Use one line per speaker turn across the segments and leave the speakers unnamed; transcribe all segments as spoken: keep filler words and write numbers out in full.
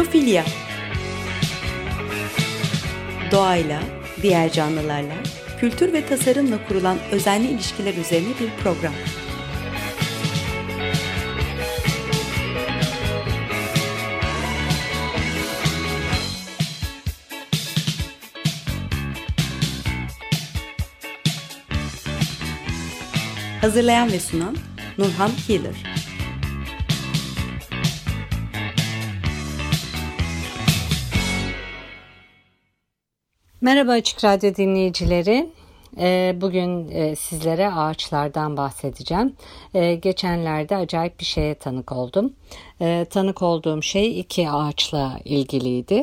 Ekofilya. Doğayla, diğer canlılarla, kültür ve tasarımla kurulan özenli ilişkiler üzerine bir program. Hazırlayan ve sunan Nurhan Healer.
Merhaba Açık Radyo dinleyicileri. Bugün sizlere ağaçlardan bahsedeceğim. Geçenlerde acayip bir şeye tanık oldum. Tanık olduğum şey iki ağaçla ilgiliydi.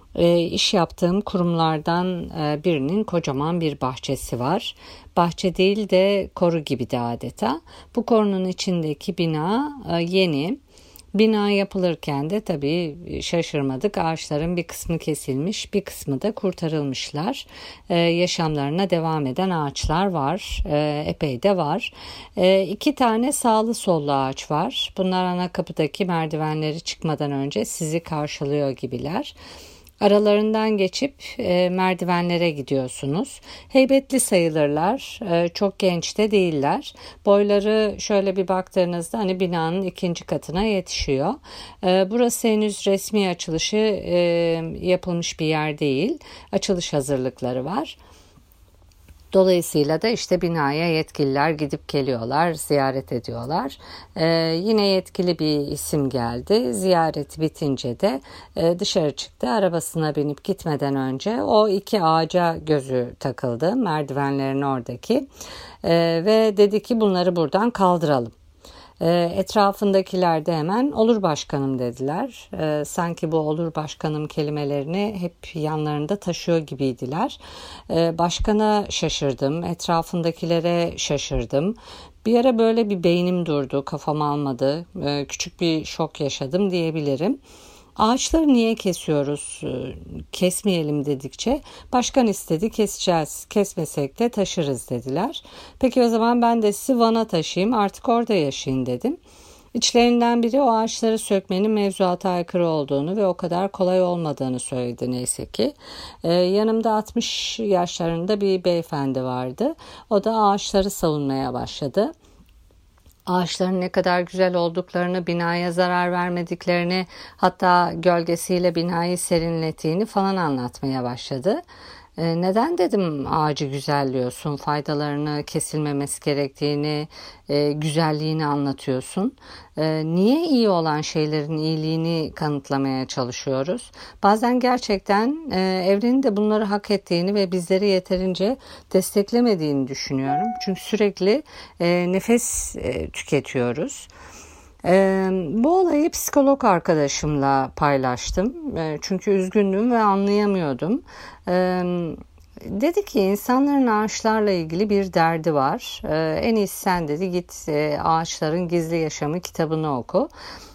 İş yaptığım kurumlardan birinin kocaman bir bahçesi var. Bahçe değil de koru gibi de adeta. Bu korunun içindeki bina yeni. Bina yapılırken de tabii şaşırmadık. Ağaçların bir kısmı kesilmiş, bir kısmı da kurtarılmışlar. Ee, yaşamlarına devam eden ağaçlar var. Ee, epey de var. Ee, iki tane sağlı sollu ağaç var. Bunlar ana kapıdaki merdivenleri çıkmadan önce sizi karşılıyor gibiler. Aralarından geçip e, merdivenlere gidiyorsunuz. Heybetli sayılırlar. E, çok genç de değiller. Boyları şöyle bir baktığınızda hani binanın ikinci katına yetişiyor. E, burası henüz resmi açılışı e, yapılmış bir yer değil. Açılış hazırlıkları var. Dolayısıyla da işte binaya yetkililer gidip geliyorlar, ziyaret ediyorlar. Ee, yine yetkili bir isim geldi. Ziyaret bitince de e, dışarı çıktı. Arabasına binip gitmeden önce o iki ağaca gözü takıldı. Merdivenlerin oradaki. Ee, ve dedi ki bunları buradan kaldıralım. E, etrafındakiler de hemen olur başkanım dediler. E, sanki bu olur başkanım kelimelerini hep yanlarında taşıyor gibiydiler. E, başkana şaşırdım, etrafındakilere şaşırdım. Bir ara böyle bir beynim durdu, kafam almadı, e, küçük bir şok yaşadım diyebilirim. Ağaçları niye kesiyoruz? Kesmeyelim dedikçe başkan istedi keseceğiz. Kesmesek de taşırız dediler. Peki o zaman ben de sizi Van'a taşıyayım artık orada yaşayın dedim. İçlerinden biri o ağaçları sökmenin mevzuata aykırı olduğunu ve o kadar kolay olmadığını söyledi neyse ki. Ee, yanımda altmış yaşlarında bir beyefendi vardı. O da ağaçları savunmaya başladı. Ağaçların ne kadar güzel olduklarını, binaya zarar vermediklerini, hatta gölgesiyle binayı serinlettiğini falan anlatmaya başladı. E, neden dedim ağacı güzelliyorsun, faydalarını kesilmemesi gerektiğini, e, güzelliğini anlatıyorsun. E, niye iyi olan şeylerin iyiliğini kanıtlamaya çalışıyoruz? Bazen gerçekten e, evrenin de bunları hak ettiğini ve bizleri yeterince desteklemediğini düşünüyorum. Çünkü sürekli e, nefes e, tüketiyoruz. Ee, bu olayı psikolog arkadaşımla paylaştım. Ee, çünkü üzgündüm ve anlayamıyordum. Ee, dedi ki insanların ağaçlarla ilgili bir derdi var. Ee, en iyisi sen dedi git e, Ağaçların Gizli Yaşamı kitabını oku.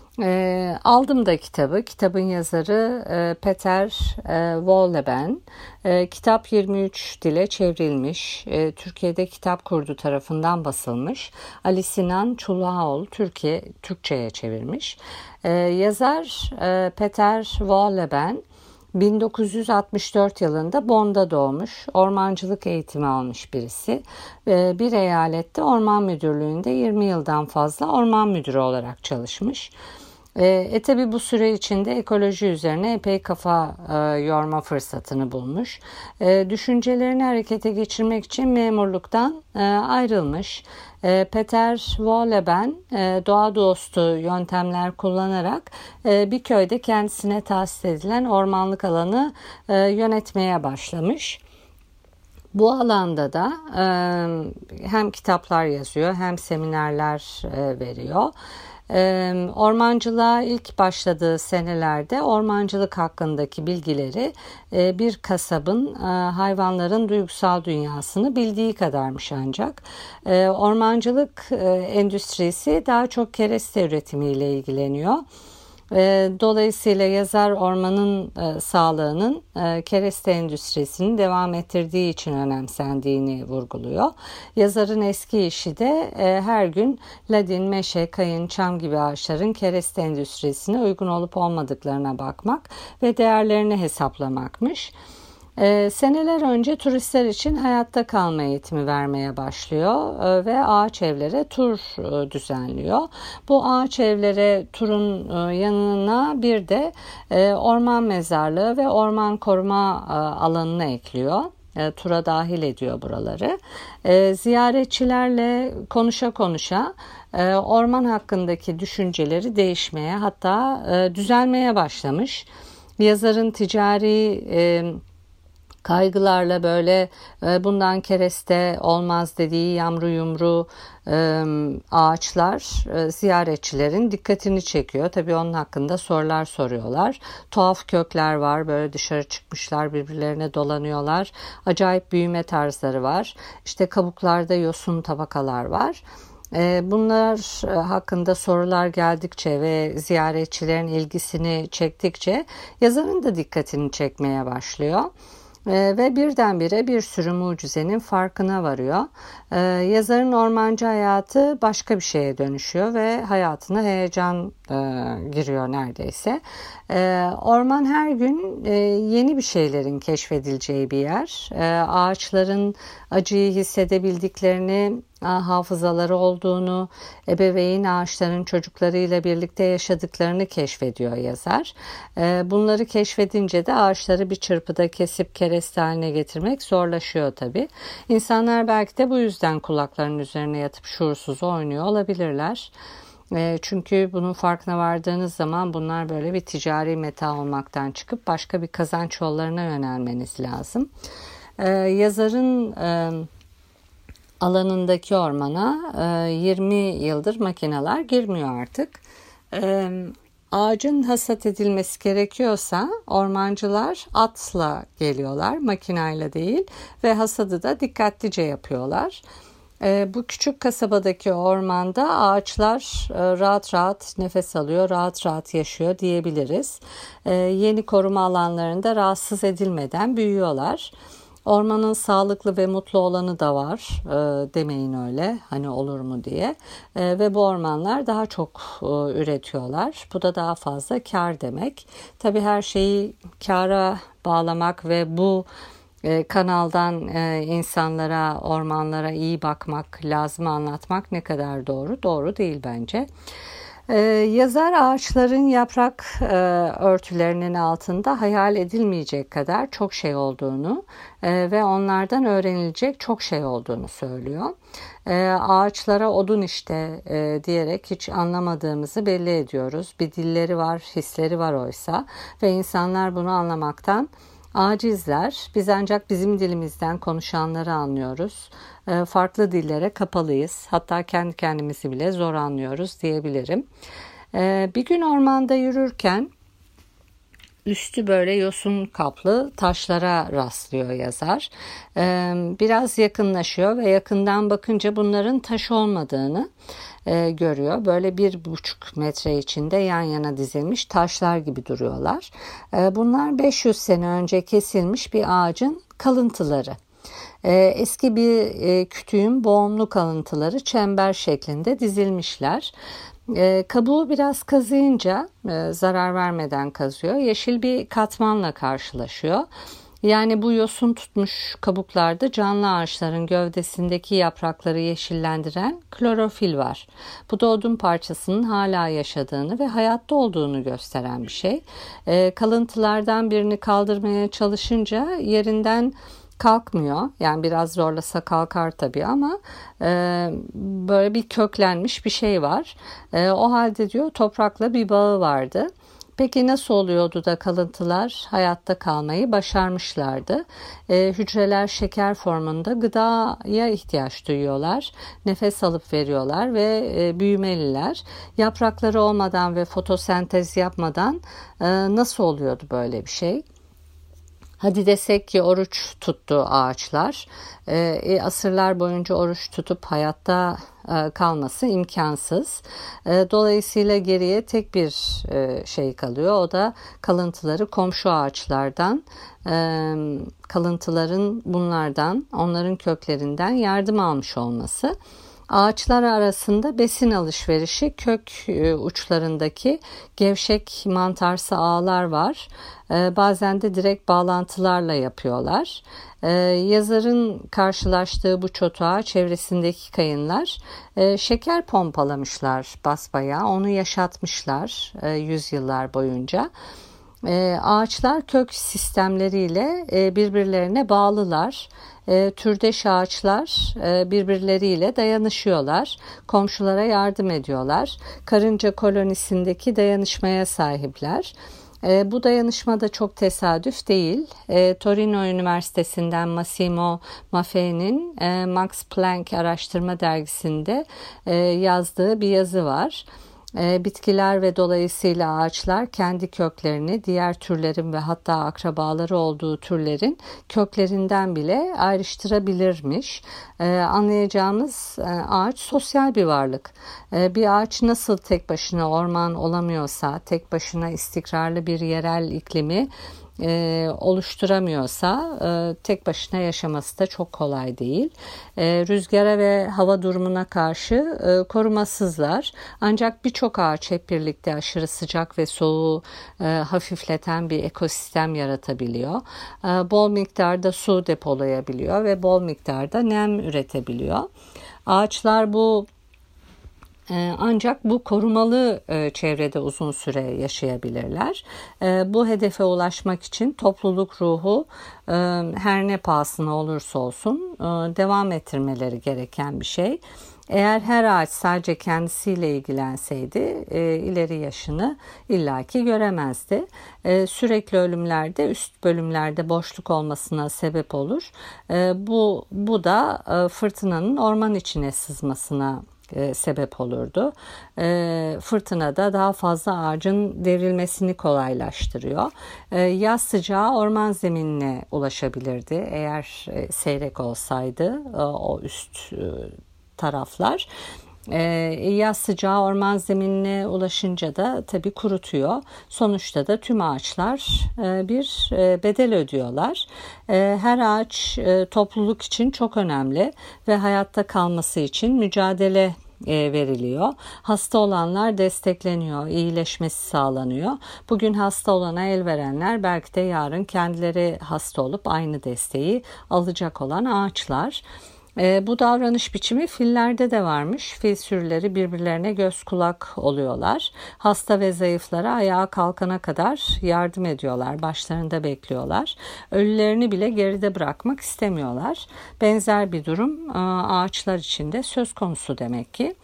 E, aldım da kitabı. Kitabın yazarı e, Peter e, Wohlleben. E, kitap yirmi üç dile çevrilmiş. E, Türkiye'de Kitap Kurdu tarafından basılmış. Ali Sinan Çullaoğlu Türkiye Türkçe'ye çevirmiş. E, yazar e, Peter Wohlleben bin dokuz yüz altmış dört yılında Bonn'da doğmuş, ormancılık eğitimi almış birisi. E, bir eyalette orman müdürlüğünde yirmi yıldan fazla orman müdürü olarak çalışmış. E, e tabi bu süre içinde ekoloji üzerine epey kafa e, yorma fırsatını bulmuş. E, düşüncelerini harekete geçirmek için memurluktan e, ayrılmış. E, Peter Wohlleben e, doğa dostu yöntemler kullanarak e, bir köyde kendisine tahsis edilen ormanlık alanı e, yönetmeye başlamış. Bu alanda da e, hem kitaplar yazıyor hem seminerler e, veriyor. Ormancılığa ilk başladığı senelerde ormancılık hakkındaki bilgileri bir kasabın hayvanların duygusal dünyasını bildiği kadarmış ancak. Ormancılık endüstrisi daha çok kereste üretimiyle ilgileniyor. Dolayısıyla yazar ormanın sağlığının kereste endüstrisini devam ettirdiği için önemsendiğini vurguluyor. Yazarın eski işi de her gün ladin, meşe, kayın, çam gibi ağaçların kereste endüstrisine uygun olup olmadıklarına bakmak ve değerlerini hesaplamakmış. Ee, seneler önce turistler için hayatta kalma eğitimi vermeye başlıyor e, ve ağaç evlere tur e, düzenliyor. Bu ağaç evlere turun e, yanına bir de e, orman mezarlığı ve orman koruma e, alanını ekliyor. E, tura dahil ediyor buraları. E, ziyaretçilerle konuşa konuşa e, orman hakkındaki düşünceleri değişmeye, hatta e, düzelmeye başlamış. Yazarın ticari e, kaygılarla böyle bundan kereste olmaz dediği yamru yumru ağaçlar ziyaretçilerin dikkatini çekiyor. Tabii onun hakkında sorular soruyorlar. Tuhaf kökler var, böyle dışarı çıkmışlar, birbirlerine dolanıyorlar. Acayip büyüme tarzları var. İşte kabuklarda yosun tabakalar var. Bunlar hakkında sorular geldikçe ve ziyaretçilerin ilgisini çektikçe yazarın da dikkatini çekmeye başlıyor. Ee, ve birdenbire bir sürü mucizenin farkına varıyor. Ee, yazarın ormancı hayatı başka bir şeye dönüşüyor ve hayatına heyecan e, giriyor neredeyse. Ee, orman her gün e, yeni bir şeylerin keşfedileceği bir yer. Ee, ağaçların acıyı hissedebildiklerini, hafızaları olduğunu, ebeveyn ağaçların çocuklarıyla birlikte yaşadıklarını keşfediyor yazar. Bunları keşfedince de ağaçları bir çırpıda kesip kereste haline getirmek zorlaşıyor tabii. İnsanlar belki de bu yüzden kulaklarının üzerine yatıp şuursuz oynuyor olabilirler. Çünkü bunun farkına vardığınız zaman bunlar böyle bir ticari meta olmaktan çıkıp başka bir kazanç yollarına yönelmeniz lazım. Yazarın alanındaki ormana yirmi yıldır makineler girmiyor artık. Ağacın hasat edilmesi gerekiyorsa ormancılar atla geliyorlar, makineyle değil, ve hasadı da dikkatlice yapıyorlar. Bu küçük kasabadaki ormanda ağaçlar rahat rahat nefes alıyor, rahat rahat yaşıyor diyebiliriz. Yeni koruma alanlarında rahatsız edilmeden büyüyorlar. Ormanın sağlıklı ve mutlu olanı da var, e, demeyin öyle hani olur mu diye, e, ve bu ormanlar daha çok e, üretiyorlar. Bu da daha fazla kar demek. Tabii her şeyi kara bağlamak ve bu e, kanaldan e, insanlara, ormanlara iyi bakmak lazım anlatmak ne kadar doğru? Doğru değil bence. Ee, yazar ağaçların yaprak e, örtülerinin altında hayal edilmeyecek kadar çok şey olduğunu e, ve onlardan öğrenilecek çok şey olduğunu söylüyor. E, ağaçlara odun işte e, diyerek hiç anlamadığımızı belli ediyoruz. Bir dilleri var, hisleri var oysa ve insanlar bunu anlamaktan acizler. Biz ancak bizim dilimizden konuşanları anlıyoruz. E, farklı dillere kapalıyız. Hatta kendi kendimizi bile zor anlıyoruz diyebilirim. E, bir gün ormanda yürürken üstü böyle yosun kaplı taşlara rastlıyor yazar. E, biraz yakınlaşıyor ve yakından bakınca bunların taş olmadığını e, görüyor. Böyle bir buçuk metre içinde yan yana dizilmiş taşlar gibi duruyorlar. E, bunlar beş yüz sene önce kesilmiş bir ağacın kalıntıları. Eski bir kütüğün boğumlu kalıntıları çember şeklinde dizilmişler. Kabuğu biraz kazıyınca, zarar vermeden kazıyor, yeşil bir katmanla karşılaşıyor. Yani bu yosun tutmuş kabuklarda canlı ağaçların gövdesindeki yaprakları yeşillendiren klorofil var. Bu da odun parçasının hala yaşadığını ve hayatta olduğunu gösteren bir şey. Kalıntılardan birini kaldırmaya çalışınca yerinden kalkmıyor. Yani biraz zorlasa kalkar tabii ama e, böyle bir köklenmiş bir şey var. E, o halde diyor toprakla bir bağı vardı. Peki nasıl oluyordu da kalıntılar hayatta kalmayı başarmışlardı? E, hücreler şeker formunda gıdaya ihtiyaç duyuyorlar. Nefes alıp veriyorlar ve e, büyümeliler. Yaprakları olmadan ve fotosentez yapmadan e, nasıl oluyordu böyle bir şey? Hadi desek ki oruç tuttu ağaçlar. E, asırlar boyunca oruç tutup hayatta e, kalması imkansız. E, dolayısıyla geriye tek bir e, şey kalıyor. O da kalıntıları komşu ağaçlardan, e, kalıntıların bunlardan, onların köklerinden yardım almış olması. Ağaçlar arasında besin alışverişi, kök uçlarındaki gevşek mantarsı ağlar var. Bazen de direkt bağlantılarla yapıyorlar. Yazarın karşılaştığı bu çotuğa çevresindeki kayınlar şeker pompalamışlar basbayağı, onu yaşatmışlar yüzyıllar boyunca. E, ağaçlar kök sistemleriyle e, birbirlerine bağlılar. E, türdeş ağaçlar e, birbirleriyle dayanışıyorlar. Komşulara yardım ediyorlar. Karınca kolonisindeki dayanışmaya sahipler. E, bu dayanışma da çok tesadüf değil. E, Torino Üniversitesi'nden Massimo Maffei'nin e, Max Planck Araştırma Dergisi'nde e, yazdığı bir yazı var. Bitkiler ve dolayısıyla ağaçlar kendi köklerini diğer türlerin ve hatta akrabaları olduğu türlerin köklerinden bile ayrıştırabilirmiş. Ee, anlayacağımız ağaç sosyal bir varlık. Ee, bir ağaç nasıl tek başına orman olamıyorsa, tek başına istikrarlı bir yerel iklimi E, oluşturamıyorsa e, tek başına yaşaması da çok kolay değil. E, rüzgara ve hava durumuna karşı e, korumasızlar. Ancak birçok ağaç hep birlikte aşırı sıcak ve soğuğu e, hafifleten bir ekosistem yaratabiliyor. E, bol miktarda su depolayabiliyor ve bol miktarda nem üretebiliyor. Ağaçlar bu Ancak bu korumalı çevrede uzun süre yaşayabilirler. Bu hedefe ulaşmak için topluluk ruhu her ne pahasına olursa olsun devam ettirmeleri gereken bir şey. Eğer her ağaç sadece kendisiyle ilgilenseydi ileri yaşını illaki göremezdi. Sürekli ölümlerde, üst bölümlerde boşluk olmasına sebep olur. Bu, bu da fırtınanın orman içine sızmasına sebep olurdu. E, fırtınada daha fazla ağacın devrilmesini kolaylaştırıyor. E, yaz sıcağı orman zeminine ulaşabilirdi eğer e, seyrek olsaydı e, o üst e, taraflar. E, yaz sıcağı orman zeminine ulaşınca da tabii kurutuyor. Sonuçta da tüm ağaçlar e, bir e, bedel ödüyorlar. E, her ağaç e, topluluk için çok önemli ve hayatta kalması için mücadele veriliyor. Hasta olanlar destekleniyor, iyileşmesi sağlanıyor. Bugün hasta olana el verenler belki de yarın kendileri hasta olup aynı desteği alacak olan ağaçlar. E, bu davranış biçimi fillerde de varmış. Fil sürüleri birbirlerine göz kulak oluyorlar. Hasta ve zayıflara ayağa kalkana kadar yardım ediyorlar. Başlarında bekliyorlar. Ölülerini bile geride bırakmak istemiyorlar. Benzer bir durum ağaçlar için de söz konusu demek ki.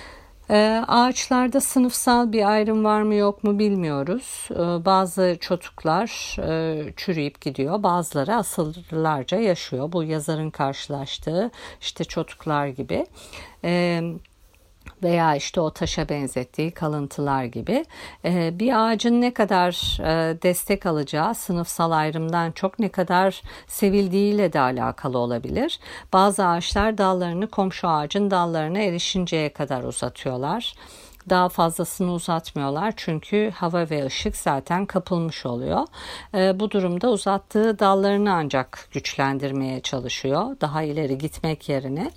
Ee, ağaçlarda sınıfsal bir ayrım var mı yok mu bilmiyoruz. Ee, bazı çotuklar e, çürüyüp gidiyor, bazıları asırlarca yaşıyor. Bu yazarın karşılaştığı işte çotuklar gibi. Ee, veya işte o taşa benzettiği kalıntılar gibi. Ee, bir ağacın ne kadar e, destek alacağı sınıfsal ayrımdan çok ne kadar sevildiğiyle de alakalı olabilir. Bazı ağaçlar dallarını komşu ağacın dallarına erişinceye kadar uzatıyorlar. Daha fazlasını uzatmıyorlar çünkü hava ve ışık zaten kapılmış oluyor. E, bu durumda uzattığı dallarını ancak güçlendirmeye çalışıyor. Daha ileri gitmek yerine.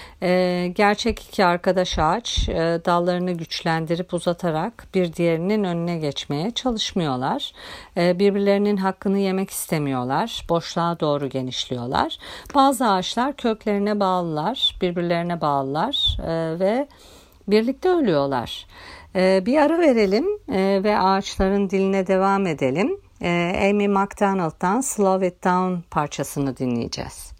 E, gerçek iki arkadaş ağaç e, dallarını güçlendirip uzatarak bir diğerinin önüne geçmeye çalışmıyorlar. E, birbirlerinin hakkını yemek istemiyorlar. Boşluğa doğru genişliyorlar. Bazı ağaçlar köklerine bağlılar, birbirlerine bağlılar e, ve birlikte ölüyorlar. Ee, bir ara verelim e, ve ağaçların diline devam edelim. Ee, Amy MacDonald'dan Slow It Down parçasını dinleyeceğiz.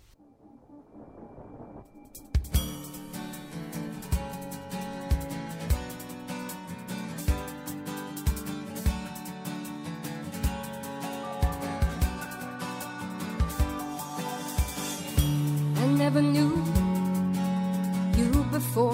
I never knew you before.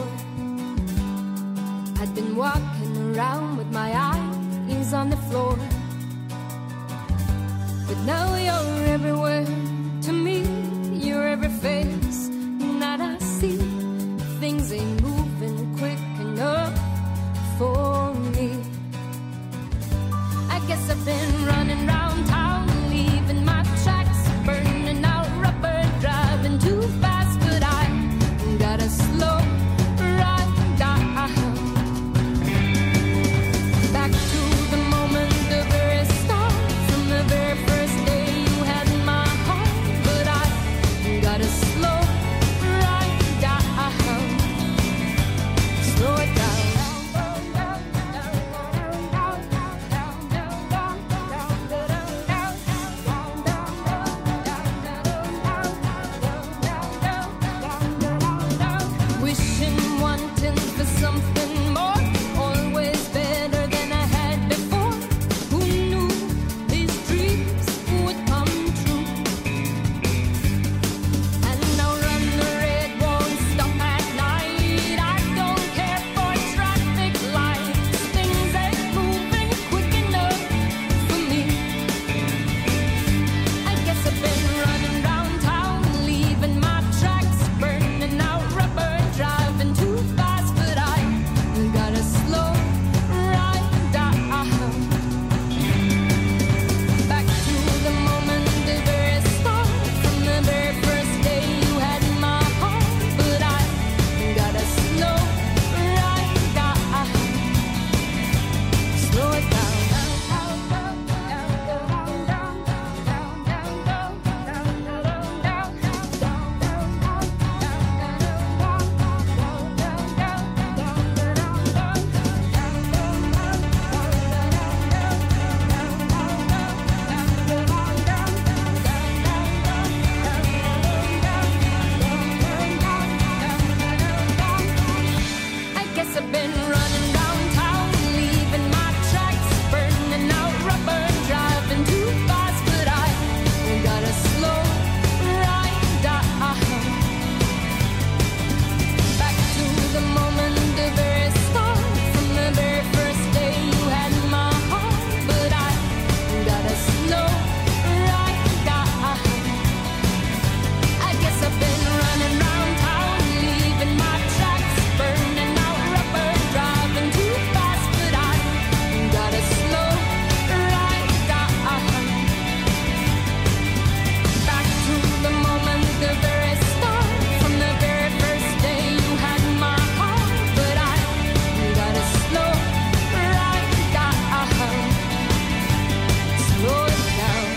I'd been walking around with my eyes on the floor. But now you're everywhere to me. You're every face that I see. Things ain't moving quick enough for me. I guess I've been running round town, leaving my tracks, burning out rubber, driving too fast, but I gotta slow right down. Back to the moment, the very start, from the very first day you had my heart, but I gotta slow right down. Slow it down. Wishing, wanting for something more, always better than I had before. Who knew these dreams would come true? And now run the red won't stop at night. I don't care for traffic lights. Things ain't moving quick enough for me. I guess I've been running round town, leaving my tracks, burning out rubber, driving too fast, but I gotta slow right down. Back to the moment, the very start, from the very first day you had my heart, but I gotta slow right down. Slow it down. I guess I've been running round town, leaving my tracks, burning out rubber, driving too fast, but I gotta slow right down. Back to the moment, the very start, from the very first day you had my heart, but I gotta slow right down. I guess I've been running round town, leaving my tracks, burning out rubber, driving too fast, but I gotta slow right down. Back to the moment, the very start, from the very first day you had my heart, but I gotta slow right down. Slow it down.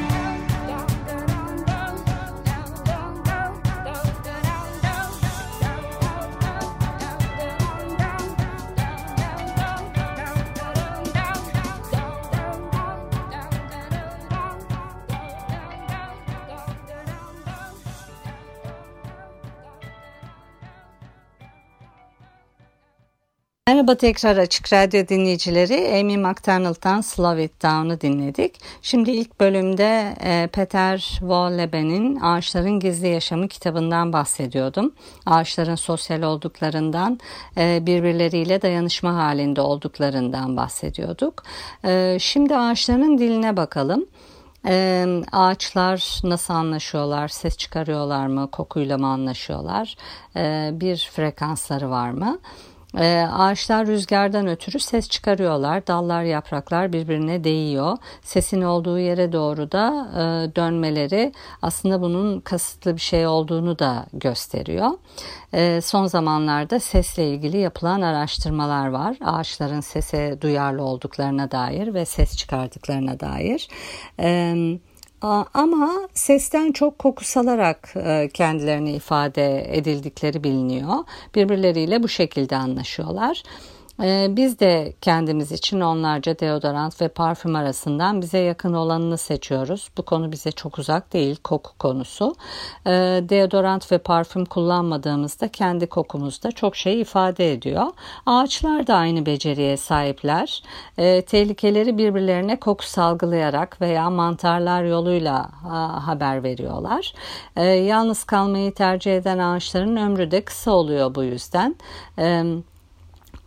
Merhaba tekrar Açık Radyo dinleyicileri. Amy McDonald'dan Slow It Down'u dinledik. Şimdi ilk bölümde e, Peter Wohleben'in Ağaçların Gizli Yaşamı kitabından bahsediyordum. Ağaçların sosyal olduklarından, e, birbirleriyle dayanışma halinde olduklarından bahsediyorduk. E, şimdi ağaçların diline bakalım. Ee, ağaçlar nasıl anlaşıyorlar, ses çıkarıyorlar mı, kokuyla mı anlaşıyorlar, ee, bir frekansları var mı? Ee, ağaçlar rüzgardan ötürü ses çıkarıyorlar, dallar yapraklar birbirine değiyor, sesin olduğu yere doğru da e, dönmeleri aslında bunun kasıtlı bir şey olduğunu da gösteriyor. E, son zamanlarda sesle ilgili yapılan araştırmalar var, ağaçların sese duyarlı olduklarına dair ve ses çıkardıklarına dair. Evet. Ama sesten çok koku salarak kendilerini ifade edildikleri biliniyor. Birbirleriyle bu şekilde anlaşıyorlar. Biz de kendimiz için onlarca deodorant ve parfüm arasından bize yakın olanını seçiyoruz. Bu konu bize çok uzak değil, koku konusu. Deodorant ve parfüm kullanmadığımızda kendi kokumuzda çok şey ifade ediyor. Ağaçlar da aynı beceriye sahipler. Tehlikeleri birbirlerine koku salgılayarak veya mantarlar yoluyla haber veriyorlar. Yalnız kalmayı tercih eden ağaçların ömrü de kısa oluyor bu yüzden.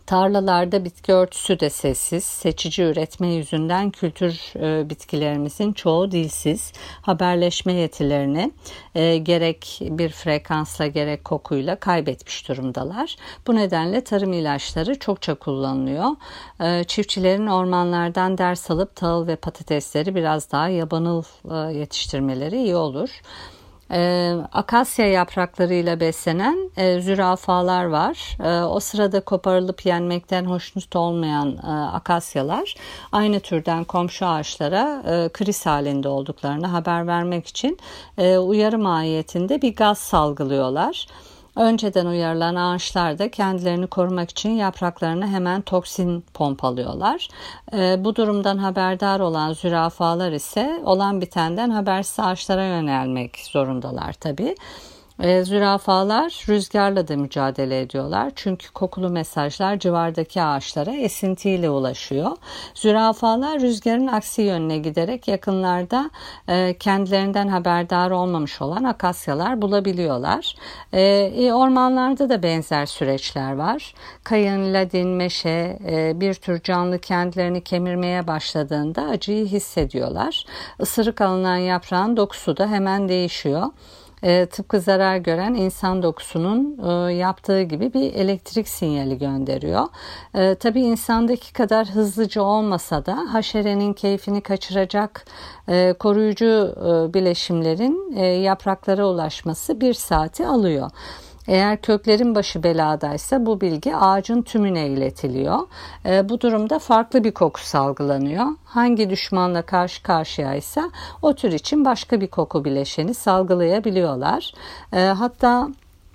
Tarlalarda bitki örtüsü de sessiz, seçici üretme yüzünden kültür e, bitkilerimizin çoğu dilsiz, haberleşme yetilerini e, gerek bir frekansla gerek kokuyla kaybetmiş durumdalar. Bu nedenle tarım ilaçları çokça kullanılıyor. E, çiftçilerin ormanlardan ders alıp tahıl ve patatesleri biraz daha yabanıl e, yetiştirmeleri iyi olur. Ee, akasya yapraklarıyla beslenen e, zürafalar var. E, o sırada koparılıp yenmekten hoşnut olmayan e, akasyalar aynı türden komşu ağaçlara e, kriz halinde olduklarını haber vermek için e, uyarı mahiyetinde bir gaz salgılıyorlar. Önceden uyarılan ağaçlar da kendilerini korumak için yapraklarına hemen toksin pompalıyorlar. E, bu durumdan haberdar olan zürafalar ise olan bitenden habersiz ağaçlara yönelmek zorundalar tabii. E, zürafalar rüzgarla da mücadele ediyorlar. Çünkü kokulu mesajlar civardaki ağaçlara esintiyle ulaşıyor. Zürafalar rüzgarın aksi yönüne giderek yakınlarda e, kendilerinden haberdar olmamış olan akasyalar bulabiliyorlar. E, ormanlarda da benzer süreçler var. Kayın, ladin, meşe e, bir tür canlı kendilerini kemirmeye başladığında acıyı hissediyorlar. Isırık alınan yaprağın dokusu da hemen değişiyor. E, tıpkı zarar gören insan dokusunun e, yaptığı gibi bir elektrik sinyali gönderiyor. E, tabii insandaki kadar hızlıca olmasa da haşerenin keyfini kaçıracak e, koruyucu e, bileşimlerin e, yapraklara ulaşması bir saati alıyor. Eğer köklerin başı beladaysa bu bilgi ağacın tümüne iletiliyor. E, bu durumda farklı bir koku salgılanıyor. Hangi düşmanla karşı karşıyaysa o tür için başka bir koku bileşeni salgılayabiliyorlar. E, hatta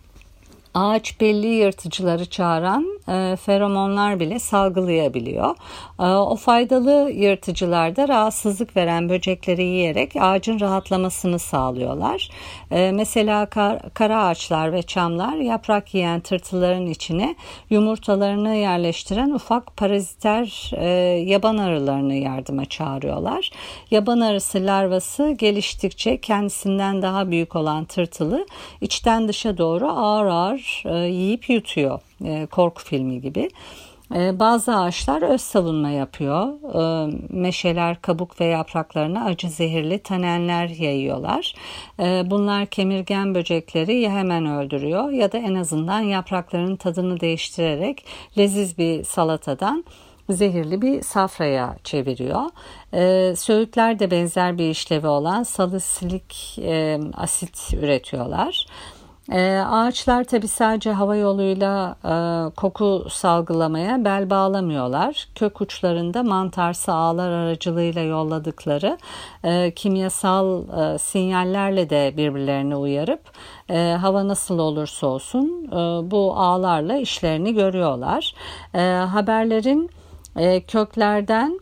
ağaç belli yırtıcıları çağıran e, feromonlar bile salgılayabiliyor. E, o faydalı yırtıcılar da rahatsızlık veren böcekleri yiyerek ağacın rahatlamasını sağlıyorlar. E, mesela kar, kara ağaçlar ve çamlar yaprak yiyen tırtılların içine yumurtalarını yerleştiren ufak paraziter e, yaban arılarını yardıma çağırıyorlar. Yaban arısı larvası geliştikçe kendisinden daha büyük olan tırtılı içten dışa doğru ağır ağır yiyip yutuyor, korku filmi gibi. Bazı ağaçlar öz savunma yapıyor. Meşeler kabuk ve yapraklarına acı zehirli tanenler yayıyorlar. Bunlar kemirgen böcekleri ya hemen öldürüyor ya da en azından yaprakların tadını değiştirerek leziz bir salatadan zehirli bir safraya çeviriyor. Ee, söğütler de benzer bir işlevi olan salisilik e, asit üretiyorlar. Ee, ağaçlar tabi sadece hava yoluyla e, koku salgılamaya bel bağlamıyorlar. Kök uçlarında mantarsı ağlar aracılığıyla yolladıkları e, kimyasal e, sinyallerle de birbirlerini uyarıp e, hava nasıl olursa olsun e, bu ağlarla işlerini görüyorlar. E, haberlerin e, köklerden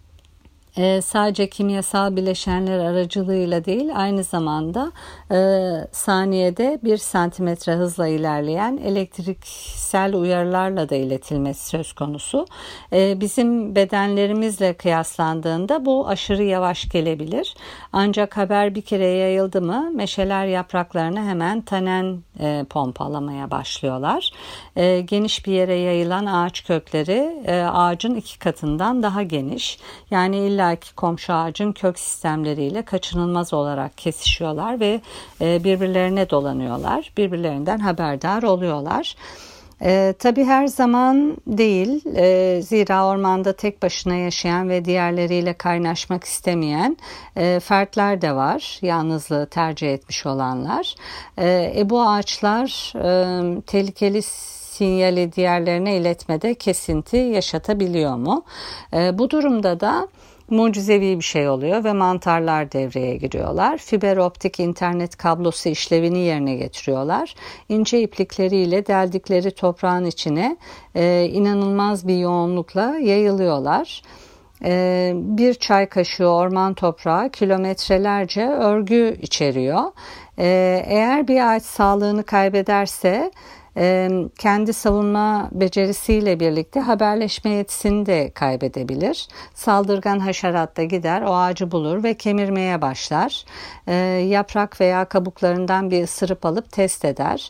E, sadece kimyasal bileşenler aracılığıyla değil aynı zamanda e, saniyede bir santimetre hızla ilerleyen elektriksel uyarılarla da iletilmesi söz konusu. E, bizim bedenlerimizle kıyaslandığında bu aşırı yavaş gelebilir. Ancak haber bir kere yayıldı mı meşeler yapraklarını hemen tanen e, pompalamaya başlıyorlar. E, geniş bir yere yayılan ağaç kökleri e, ağacın iki katından daha geniş. Yani illa ki komşu ağacın kök sistemleriyle kaçınılmaz olarak kesişiyorlar ve birbirlerine dolanıyorlar. Birbirlerinden haberdar oluyorlar. E, tabii her zaman değil. E, zira ormanda tek başına yaşayan ve diğerleriyle kaynaşmak istemeyen e, fertler de var. Yalnızlığı tercih etmiş olanlar. E, e, bu ağaçlar e, tehlikeli sinyali diğerlerine iletmede kesinti yaşatabiliyor mu? E, bu durumda da mucizevi bir şey oluyor ve mantarlar devreye giriyorlar. Fiber optik internet kablosu işlevini yerine getiriyorlar. İnce iplikleriyle deldikleri toprağın içine e, inanılmaz bir yoğunlukla yayılıyorlar. E, bir çay kaşığı orman toprağı kilometrelerce örgü içeriyor. E, eğer bir ağaç sağlığını kaybederse kendi savunma becerisiyle birlikte haberleşme yetisini de kaybedebilir. Saldırgan haşerat da gider o ağacı bulur ve kemirmeye başlar. Yaprak veya kabuklarından bir ısırıp alıp test eder.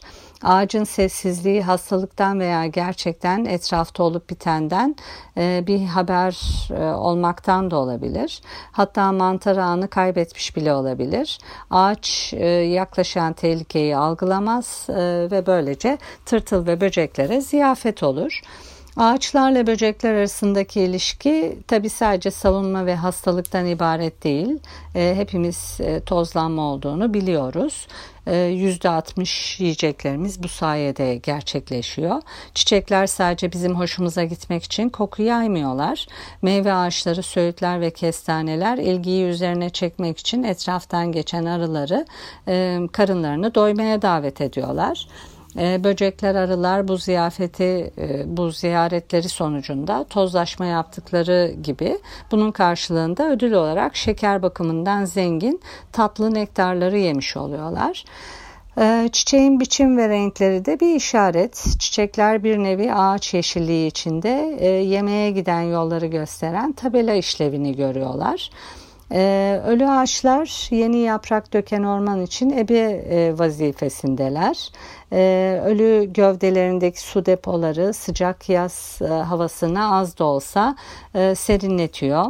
Ağacın sessizliği hastalıktan veya gerçekten etrafta olup bitenden e, bir haber e, olmaktan da olabilir. Hatta mantar ağını kaybetmiş bile olabilir. Ağaç e, yaklaşan tehlikeyi algılamaz e, ve böylece tırtıl ve böceklere ziyafet olur. Ağaçlarla böcekler arasındaki ilişki tabii sadece savunma ve hastalıktan ibaret değil. E, hepimiz e, tozlanma olduğunu biliyoruz. E, yüzde altmış yiyeceklerimiz bu sayede gerçekleşiyor. Çiçekler sadece bizim hoşumuza gitmek için koku yaymıyorlar. Meyve ağaçları, söğütler ve kestaneler ilgiyi üzerine çekmek için etraftan geçen arıları e, karınlarını doymaya davet ediyorlar. Böcekler, arılar bu ziyafeti, bu ziyaretleri sonucunda tozlaşma yaptıkları gibi bunun karşılığında ödül olarak şeker bakımından zengin tatlı nektarları yemiş oluyorlar. Çiçeğin biçim ve renkleri de bir işaret. Çiçekler bir nevi ağaç yeşilliği içinde yemeğe giden yolları gösteren tabela işlevini görüyorlar. Ee, ölü ağaçlar yeni yaprak döken orman için ebe e, vazifesindeler. Ee, ölü gövdelerindeki su depoları sıcak yaz e, havasını az da olsa e, serinletiyor.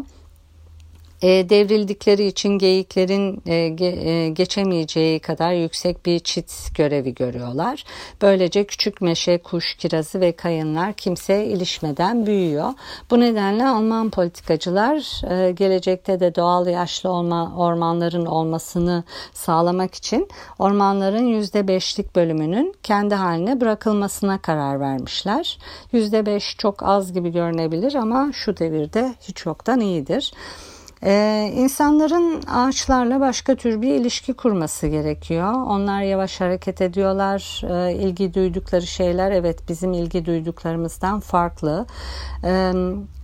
E, devrildikleri için geyiklerin e, ge, e, geçemeyeceği kadar yüksek bir çit görevi görüyorlar. Böylece küçük meşe, kuş, kirazı ve kayınlar kimseye ilişmeden büyüyor. Bu nedenle Alman politikacılar e, gelecekte de doğal yaşlı olma, ormanların olmasını sağlamak için ormanların yüzde beşlik bölümünün kendi haline bırakılmasına karar vermişler. yüzde beş çok az gibi görünebilir ama şu devirde hiç yoktan iyidir. Ee, insanların ağaçlarla başka tür bir ilişki kurması gerekiyor. Onlar yavaş hareket ediyorlar. Ee, ilgi duydukları şeyler evet bizim ilgi duyduklarımızdan farklı. Ee,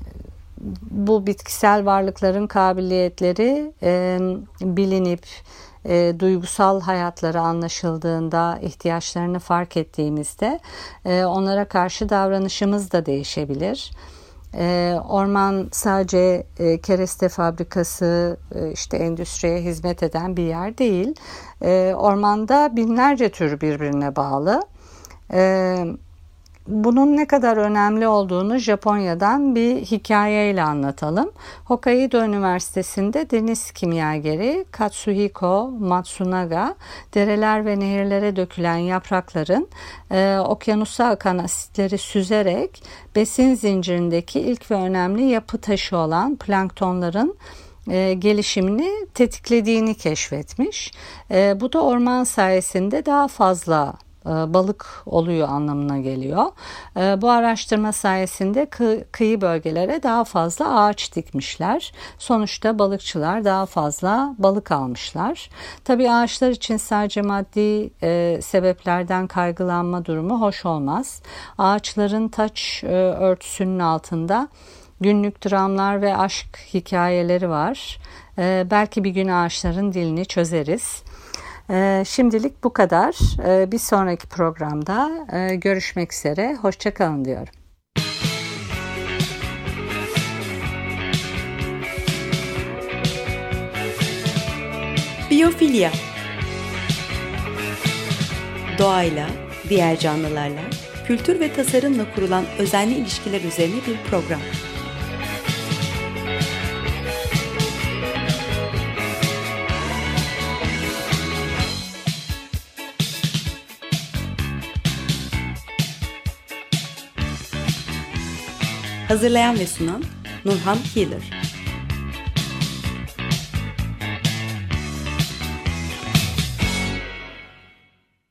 bu bitkisel varlıkların kabiliyetleri e, bilinip e, duygusal hayatları anlaşıldığında, ihtiyaçlarını fark ettiğimizde e, onlara karşı davranışımız da değişebilir. Orman sadece kereste fabrikası, işte endüstriye hizmet eden bir yer değil. Ormanda binlerce tür birbirine bağlı. Bunun ne kadar önemli olduğunu Japonya'dan bir hikayeyle anlatalım. Hokkaido Üniversitesi'nde deniz kimyageri Katsuhiko Matsunaga, dereler ve nehirlere dökülen yaprakların e, okyanusa akan asitleri süzerek besin zincirindeki ilk ve önemli yapı taşı olan planktonların e, gelişimini tetiklediğini keşfetmiş. E, bu da orman sayesinde daha fazla balık oluyor anlamına geliyor. Bu araştırma sayesinde kıyı bölgelere daha fazla ağaç dikmişler. Sonuçta balıkçılar daha fazla balık almışlar. Tabii ağaçlar için sadece maddi e, sebeplerden kaygılanma durumu hoş olmaz. Ağaçların taç e, örtüsünün altında günlük dramlar ve aşk hikayeleri var. E, belki bir gün ağaçların dilini çözeriz. Şimdilik bu kadar. Bir sonraki programda görüşmek üzere. Hoşça kalın diyorum.
Biyofilya. Doğayla, diğer canlılarla, kültür ve tasarımla kurulan özenli ilişkiler üzerine bir program. Hazırlayan ve sunan Nurhan Healer.